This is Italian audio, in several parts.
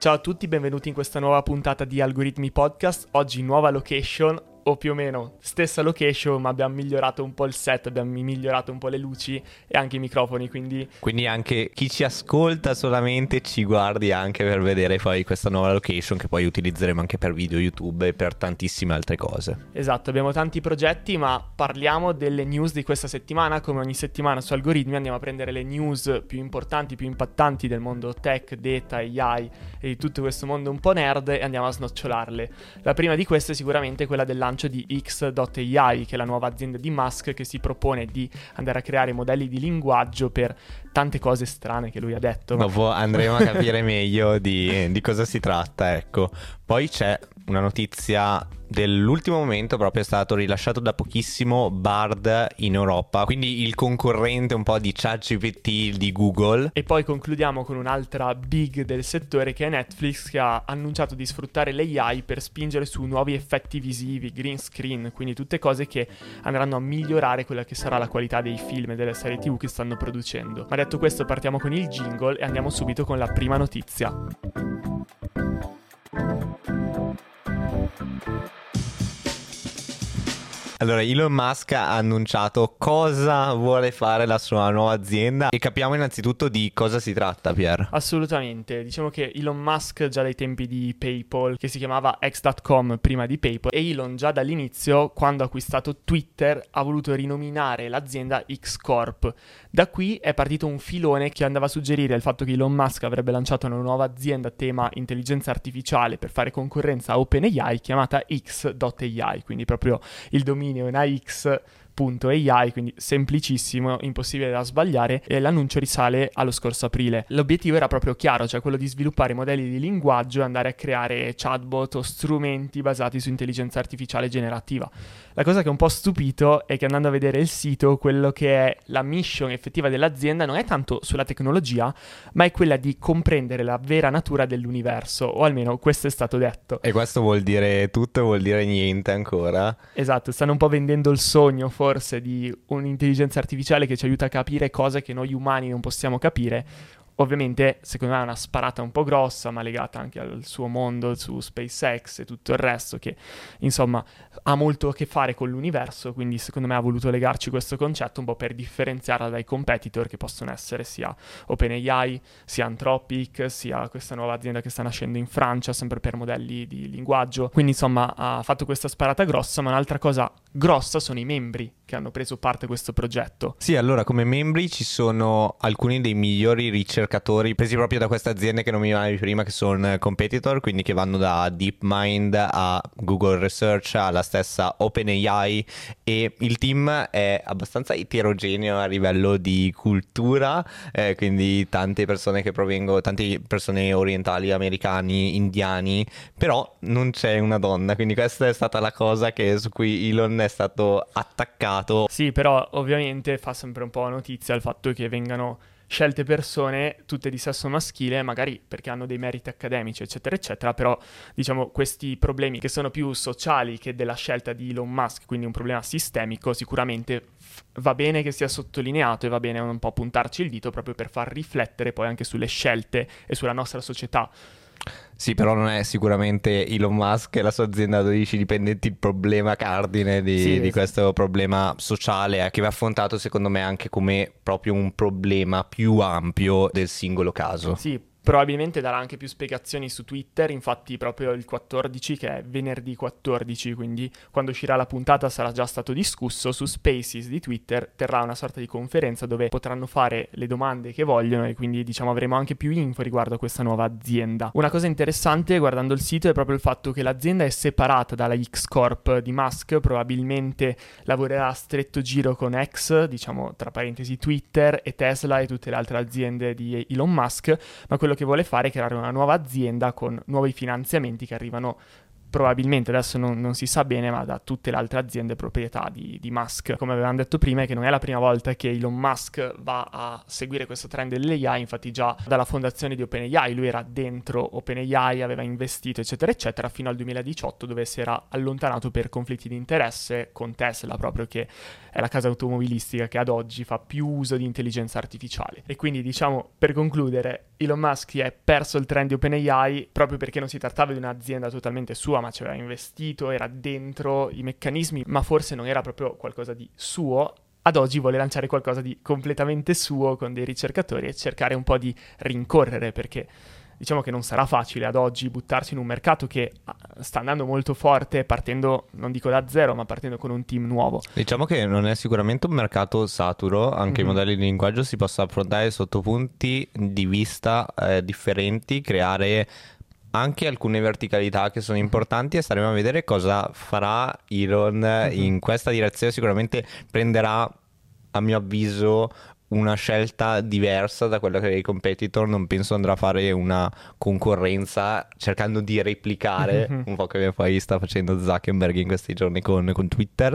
Ciao a tutti, benvenuti in questa nuova puntata di Algoritmi Podcast. Oggi nuova location, o più o meno stessa location, ma abbiamo migliorato un po' il set, abbiamo migliorato un po' le luci e anche i microfoni, Quindi anche chi ci ascolta solamente ci guardi anche per vedere poi questa nuova location che poi utilizzeremo anche per video YouTube e per tantissime altre cose. Esatto, abbiamo tanti progetti, ma parliamo delle news di questa settimana. Come ogni settimana su Algoritmi andiamo a prendere le news più importanti, più impattanti del mondo tech, data, AI e di tutto questo mondo un po' nerd e andiamo a snocciolarle. La prima di queste è sicuramente quella del lancio di X.AI, che è la nuova azienda di Musk che si propone di andare a creare modelli di linguaggio per tante cose strane che lui ha detto. Dopo andremo a capire meglio di cosa si tratta, ecco. Poi c'è una notizia dell'ultimo momento, proprio è stato rilasciato da pochissimo Bard in Europa, quindi il concorrente un po' di ChatGPT di Google. E poi concludiamo con un'altra big del settore che è Netflix, che ha annunciato di sfruttare l'AI per spingere su nuovi effetti visivi, green screen, quindi tutte cose che andranno a migliorare quella che sarà la qualità dei film e delle serie TV che stanno producendo. Ma detto questo, partiamo con il jingle e andiamo subito con la prima notizia. Allora, Elon Musk ha annunciato cosa vuole fare la sua nuova azienda e capiamo innanzitutto di cosa si tratta, Pier. Assolutamente, diciamo che Elon Musk già dai tempi di PayPal, che si chiamava X.com prima di PayPal, e Elon già dall'inizio, quando ha acquistato Twitter, ha voluto rinominare l'azienda X Corp. Da qui è partito un filone che andava a suggerire il fatto che Elon Musk avrebbe lanciato una nuova azienda a tema intelligenza artificiale per fare concorrenza a OpenAI chiamata X.AI, quindi proprio il dominio in AX.AI, quindi semplicissimo, impossibile da sbagliare, e l'annuncio risale allo scorso aprile. L'obiettivo era proprio chiaro, cioè quello di sviluppare modelli di linguaggio e andare a creare chatbot o strumenti basati su intelligenza artificiale generativa. La cosa che un po' stupito è che andando a vedere il sito, quello che è la mission effettiva dell'azienda non è tanto sulla tecnologia, ma è quella di comprendere la vera natura dell'universo, o almeno questo è stato detto. E questo vuol dire tutto e vuol dire niente ancora. Esatto, stanno un po' vendendo il sogno forse di un'intelligenza artificiale che ci aiuta a capire cose che noi umani non possiamo capire. Ovviamente, secondo me è una sparata un po' grossa, ma legata anche al suo mondo su SpaceX e tutto il resto, che insomma ha molto a che fare con l'universo, quindi secondo me ha voluto legarci questo concetto un po' per differenziarla dai competitor che possono essere sia OpenAI, sia Anthropic, sia questa nuova azienda che sta nascendo in Francia, sempre per modelli di linguaggio. Quindi insomma ha fatto questa sparata grossa, ma un'altra cosa grossa sono i membri che hanno preso parte a questo progetto. Sì, allora come membri ci sono alcuni dei migliori ricercatori presi proprio da queste aziende che nominavi prima, che sono competitor, quindi che vanno da DeepMind a Google Research alla stessa OpenAI, e il team è abbastanza eterogeneo a livello di cultura, quindi tante persone che provengono, tante persone orientali, americani, indiani, però non c'è una donna, quindi questa è stata la cosa su cui Elon è stato attaccato. Sì, però ovviamente fa sempre un po' notizia il fatto che vengano scelte persone tutte di sesso maschile, magari perché hanno dei meriti accademici, eccetera, eccetera, però diciamo questi problemi che sono più sociali che della scelta di Elon Musk, quindi un problema sistemico, sicuramente va bene che sia sottolineato e va bene un po' puntarci il dito proprio per far riflettere poi anche sulle scelte e sulla nostra società. Sì, però non è sicuramente Elon Musk e la sua azienda a 12 dipendenti il problema cardine di questo problema sociale, che va affrontato secondo me anche come proprio un problema più ampio del singolo caso. Sì, probabilmente darà anche più spiegazioni su Twitter, infatti proprio il 14, che è venerdì 14, quindi quando uscirà la puntata sarà già stato discusso, su Spaces di Twitter terrà una sorta di conferenza dove potranno fare le domande che vogliono e quindi diciamo avremo anche più info riguardo a questa nuova azienda. Una cosa interessante guardando il sito è proprio il fatto che l'azienda è separata dalla X Corp di Musk, probabilmente lavorerà a stretto giro con X, diciamo tra parentesi Twitter e Tesla e tutte le altre aziende di Elon Musk, ma quello che vuole fare è creare una nuova azienda con nuovi finanziamenti che arrivano probabilmente, adesso non si sa bene, ma da tutte le altre aziende proprietà di Musk. Come avevamo detto prima, è che non è la prima volta che Elon Musk va a seguire questo trend dell'AI, infatti già dalla fondazione di OpenAI lui era dentro OpenAI, aveva investito eccetera eccetera fino al 2018, dove si era allontanato per conflitti di interesse con Tesla, proprio che è la casa automobilistica che ad oggi fa più uso di intelligenza artificiale. E quindi diciamo, per concludere, Elon Musk si è perso il trend di OpenAI proprio perché non si trattava di un'azienda totalmente sua, ma ci aveva investito, era dentro i meccanismi, ma forse non era proprio qualcosa di suo. Ad oggi vuole lanciare qualcosa di completamente suo con dei ricercatori e cercare un po' di rincorrere, perché diciamo che non sarà facile ad oggi buttarsi in un mercato che sta andando molto forte, partendo, non dico da zero, ma partendo con un team nuovo. Diciamo che non è sicuramente un mercato saturo, anche i modelli di linguaggio si possono affrontare sotto punti di vista differenti, creare anche alcune verticalità che sono importanti e staremo a vedere cosa farà Elon in questa direzione. Sicuramente prenderà, a mio avviso, una scelta diversa da quella che i competitor. Non penso andrà a fare una concorrenza cercando di replicare un po' come poi sta facendo Zuckerberg in questi giorni con Twitter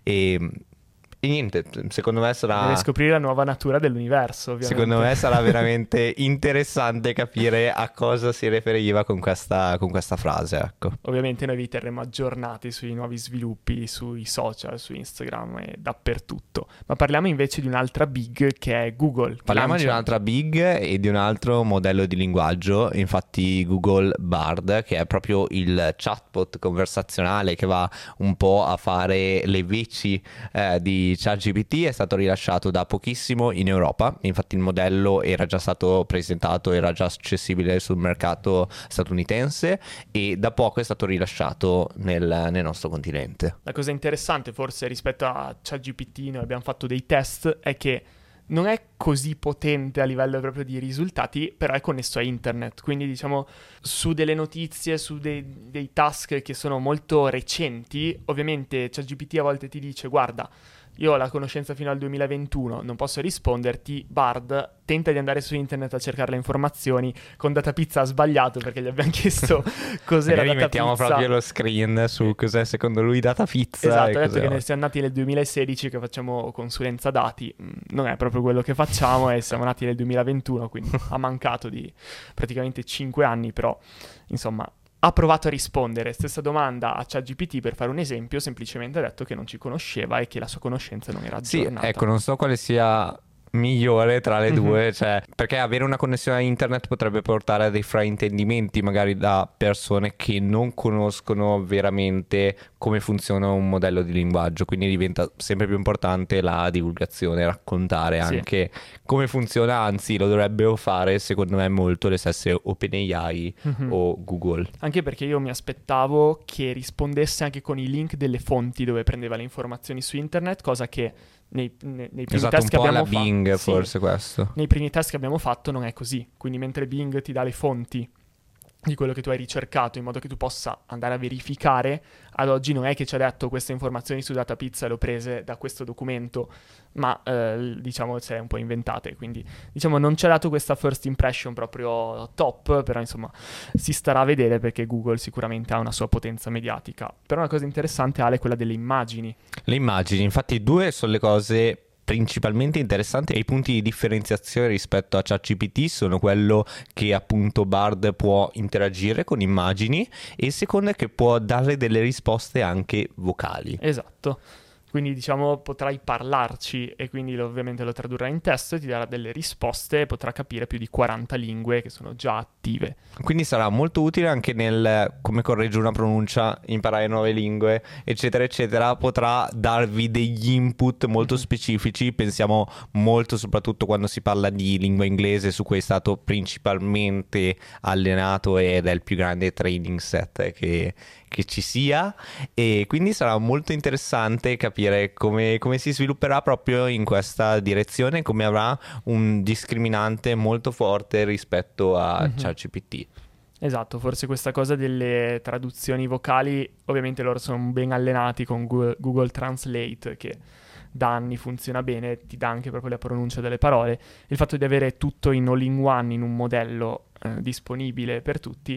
e niente, secondo me sarà... Deve scoprire la nuova natura dell'universo, ovviamente. Secondo me sarà veramente interessante capire a cosa si riferiva con questa frase, ecco. Ovviamente noi vi terremo aggiornati sui nuovi sviluppi, sui social, su Instagram e dappertutto. Ma parliamo invece di un'altra big che è Google. Parliamo di un'altra big e di un altro modello di linguaggio, infatti Google Bard, che è proprio il chatbot conversazionale che va un po' a fare le veci di ChatGPT, è stato rilasciato da pochissimo in Europa. Infatti il modello era già stato presentato, era già accessibile sul mercato statunitense e da poco è stato rilasciato nel nostro continente. La cosa interessante forse rispetto a ChatGPT, noi abbiamo fatto dei test, è che non è così potente a livello proprio di risultati, però è connesso a internet, quindi diciamo su delle notizie, su dei task che sono molto recenti, ovviamente ChatGPT a volte ti dice guarda, io ho la conoscenza fino al 2021, non posso risponderti, Bard tenta di andare su internet a cercare le informazioni, con Datapizza ha sbagliato perché gli abbiamo chiesto cos'era Datapizza. Mettiamo proprio lo screen su cos'è secondo lui Datapizza. Esatto, ha detto che noi siamo nati nel 2016, che facciamo consulenza dati, non è proprio quello che facciamo e siamo nati nel 2021, quindi ha mancato di praticamente 5 anni, però insomma... Ha provato a rispondere stessa domanda a ChatGPT per fare un esempio, semplicemente ha detto che non ci conosceva e che la sua conoscenza non era aggiornata. Sì, ecco, non so quale sia migliore tra le due, cioè, perché avere una connessione a internet potrebbe portare a dei fraintendimenti magari da persone che non conoscono veramente come funziona un modello di linguaggio, quindi diventa sempre più importante la divulgazione, raccontare anche come funziona, anzi lo dovrebbero fare secondo me molto le stesse OpenAI o Google. Anche perché io mi aspettavo che rispondesse anche con i link delle fonti dove prendeva le informazioni su internet, cosa che nei primi test che abbiamo fatto, Bing forse questo. Nei primi test che abbiamo fatto non è così, quindi mentre Bing ti dà le fonti di quello che tu hai ricercato in modo che tu possa andare a verificare, ad oggi non è che ci ha detto queste informazioni su Datapizza le ho prese da questo documento, ma diciamo se le un po' inventate, quindi diciamo non ci ha dato questa first impression proprio top, però insomma si starà a vedere perché Google sicuramente ha una sua potenza mediatica. Però una cosa interessante Ale è quella delle immagini. Le immagini, infatti due sono le cose principalmente interessanti e i punti di differenziazione rispetto a ChatGPT sono quello che appunto Bard può interagire con immagini e il secondo è che può dare delle risposte anche vocali. Esatto. Quindi diciamo potrai parlarci e quindi ovviamente lo tradurrà in testo e ti darà delle risposte e potrà capire più di 40 lingue che sono già attive. Quindi sarà molto utile anche nel come correggere una pronuncia, imparare nuove lingue, eccetera, eccetera. Potrà darvi degli input molto specifici, pensiamo molto soprattutto quando si parla di lingua inglese, su cui è stato principalmente allenato ed è il più grande training set che ci sia, e quindi sarà molto interessante capire come si svilupperà proprio in questa direzione, come avrà un discriminante molto forte rispetto a ChatGPT. Esatto, forse questa cosa delle traduzioni vocali, ovviamente loro sono ben allenati con Google Translate, che da anni funziona bene, ti dà anche proprio la pronuncia delle parole. Il fatto di avere tutto in all-in-one, in un modello disponibile per tutti,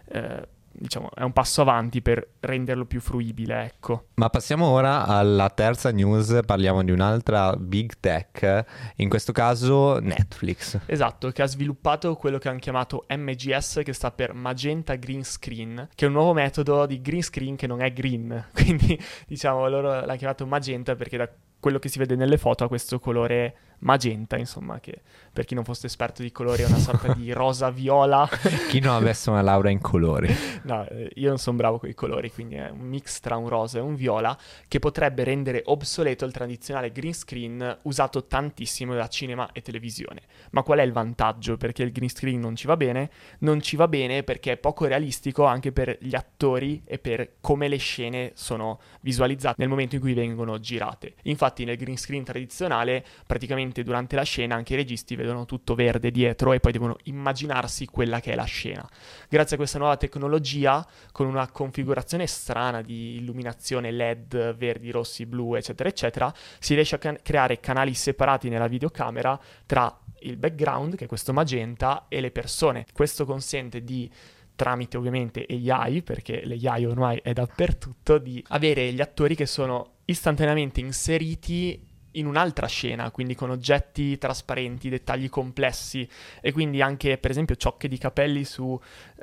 diciamo è un passo avanti per renderlo più fruibile, ecco. Ma passiamo ora alla terza news, parliamo di un'altra big tech, in questo caso Netflix. Esatto, che ha sviluppato quello che hanno chiamato MGS, che sta per Magenta Green Screen, che è un nuovo metodo di green screen che non è green, quindi diciamo loro l'hanno chiamato magenta perché da quello che si vede nelle foto ha questo colore magenta, insomma, che per chi non fosse esperto di colori è una sorta di rosa-viola. Chi non avesse una laurea in colori. No, io non sono bravo con i colori, quindi è un mix tra un rosa e un viola che potrebbe rendere obsoleto il tradizionale green screen usato tantissimo da cinema e televisione. Ma qual è il vantaggio? Perché il green screen non ci va bene? Non ci va bene perché è poco realistico anche per gli attori e per come le scene sono visualizzate nel momento in cui vengono girate. Infatti nel green screen tradizionale, praticamente durante la scena anche i registi vedono tutto verde dietro e poi devono immaginarsi quella che è la scena. Grazie a questa nuova tecnologia, con una configurazione strana di illuminazione LED, verdi, rossi, blu, eccetera, eccetera, si riesce a creare canali separati nella videocamera tra il background, che è questo magenta, e le persone. Questo consente di, tramite ovviamente AI, perché l'AI ormai è dappertutto, di avere gli attori che sono istantaneamente inseriti in un'altra scena, quindi con oggetti trasparenti, dettagli complessi, e quindi anche per esempio ciocche di capelli su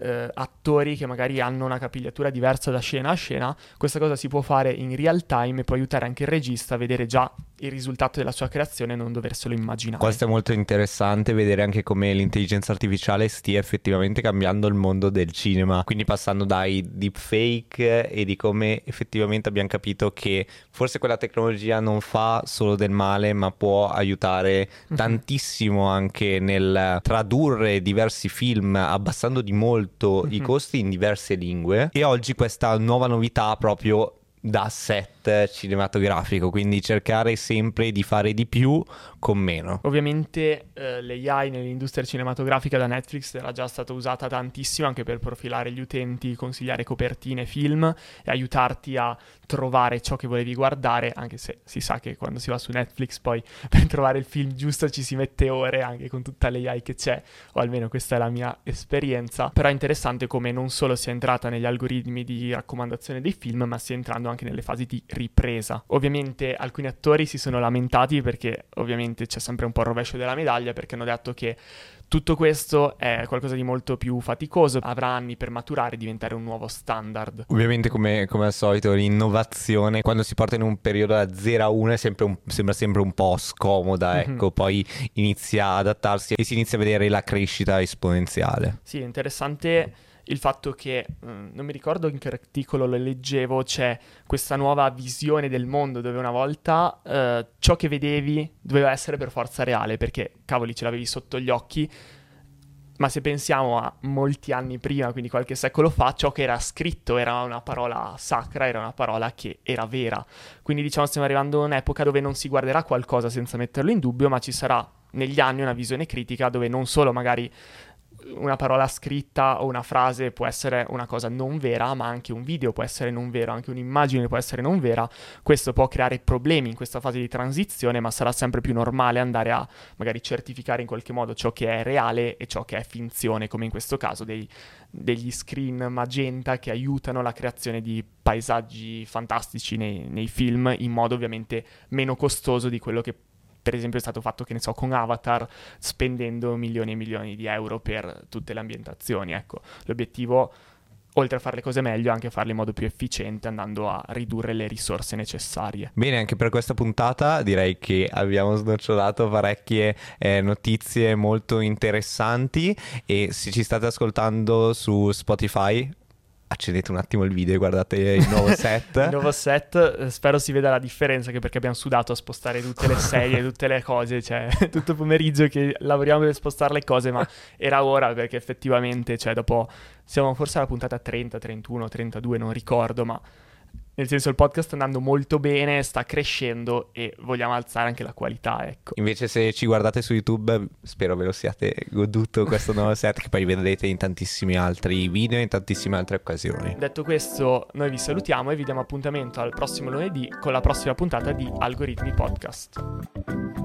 attori che magari hanno una capigliatura diversa da scena a scena. Questa cosa si può fare in real time e può aiutare anche il regista a vedere già il risultato della sua creazione e non doverselo immaginare. Questo è molto interessante, vedere anche come l'intelligenza artificiale stia effettivamente cambiando il mondo del cinema, quindi passando dai deepfake e di come effettivamente abbiamo capito che forse quella tecnologia non fa solo del male, ma può aiutare tantissimo anche nel tradurre diversi film, abbassando di molto i costi in diverse lingue. E oggi questa nuova novità proprio da set cinematografico, quindi cercare sempre di fare di più con meno. Ovviamente l'AI nell'industria cinematografica da Netflix era già stata usata tantissimo anche per profilare gli utenti, consigliare copertine, film e aiutarti a trovare ciò che volevi guardare, anche se si sa che quando si va su Netflix poi per trovare il film giusto ci si mette ore anche con tutta l'AI che c'è, o almeno questa è la mia esperienza. Però è interessante come non solo sia entrata negli algoritmi di raccomandazione dei film, ma stia entrando anche nelle fasi di ripresa. Ovviamente alcuni attori si sono lamentati perché ovviamente c'è sempre un po' il rovescio della medaglia, perché hanno detto che tutto questo è qualcosa di molto più faticoso, avrà anni per maturare e diventare un nuovo standard. Ovviamente come al solito l'innovazione quando si porta in un periodo da 0 a 1 sembra sempre un po' scomoda, ecco, poi inizia a adattarsi e si inizia a vedere la crescita esponenziale. Sì, è interessante il fatto che, non mi ricordo in che articolo lo leggevo, c'è questa nuova visione del mondo dove una volta ciò che vedevi doveva essere per forza reale, perché cavoli ce l'avevi sotto gli occhi, ma se pensiamo a molti anni prima, quindi qualche secolo fa, ciò che era scritto era una parola sacra, era una parola che era vera. Quindi diciamo stiamo arrivando a un'epoca dove non si guarderà qualcosa senza metterlo in dubbio, ma ci sarà negli anni una visione critica dove non solo magari una parola scritta o una frase può essere una cosa non vera, ma anche un video può essere non vero, anche un'immagine può essere non vera. Questo può creare problemi in questa fase di transizione, ma sarà sempre più normale andare a magari certificare in qualche modo ciò che è reale e ciò che è finzione, come in questo caso degli screen magenta che aiutano la creazione di paesaggi fantastici nei film, in modo ovviamente meno costoso di quello che per esempio è stato fatto, che ne so, con Avatar, spendendo milioni e milioni di euro per tutte le ambientazioni. Ecco, l'obiettivo, oltre a fare le cose meglio, è anche farle in modo più efficiente, andando a ridurre le risorse necessarie. Bene, anche per questa puntata direi che abbiamo snocciolato parecchie notizie molto interessanti, e se ci state ascoltando su Spotify, accendete un attimo il video e guardate il nuovo set. Il nuovo set, spero si veda la differenza, anche perché abbiamo sudato a spostare tutte le serie, tutte le cose, cioè tutto il pomeriggio che lavoriamo per spostare le cose, ma era ora, perché effettivamente, cioè dopo, siamo forse alla puntata 30, 31, 32, non ricordo, ma nel senso il podcast sta andando molto bene, sta crescendo e vogliamo alzare anche la qualità, ecco. Invece se ci guardate su YouTube, spero ve lo siate goduto questo nuovo set, che poi vedrete in tantissimi altri video, in tantissime altre occasioni. Detto questo, noi vi salutiamo e vi diamo appuntamento al prossimo lunedì con la prossima puntata di Algoritmi Podcast.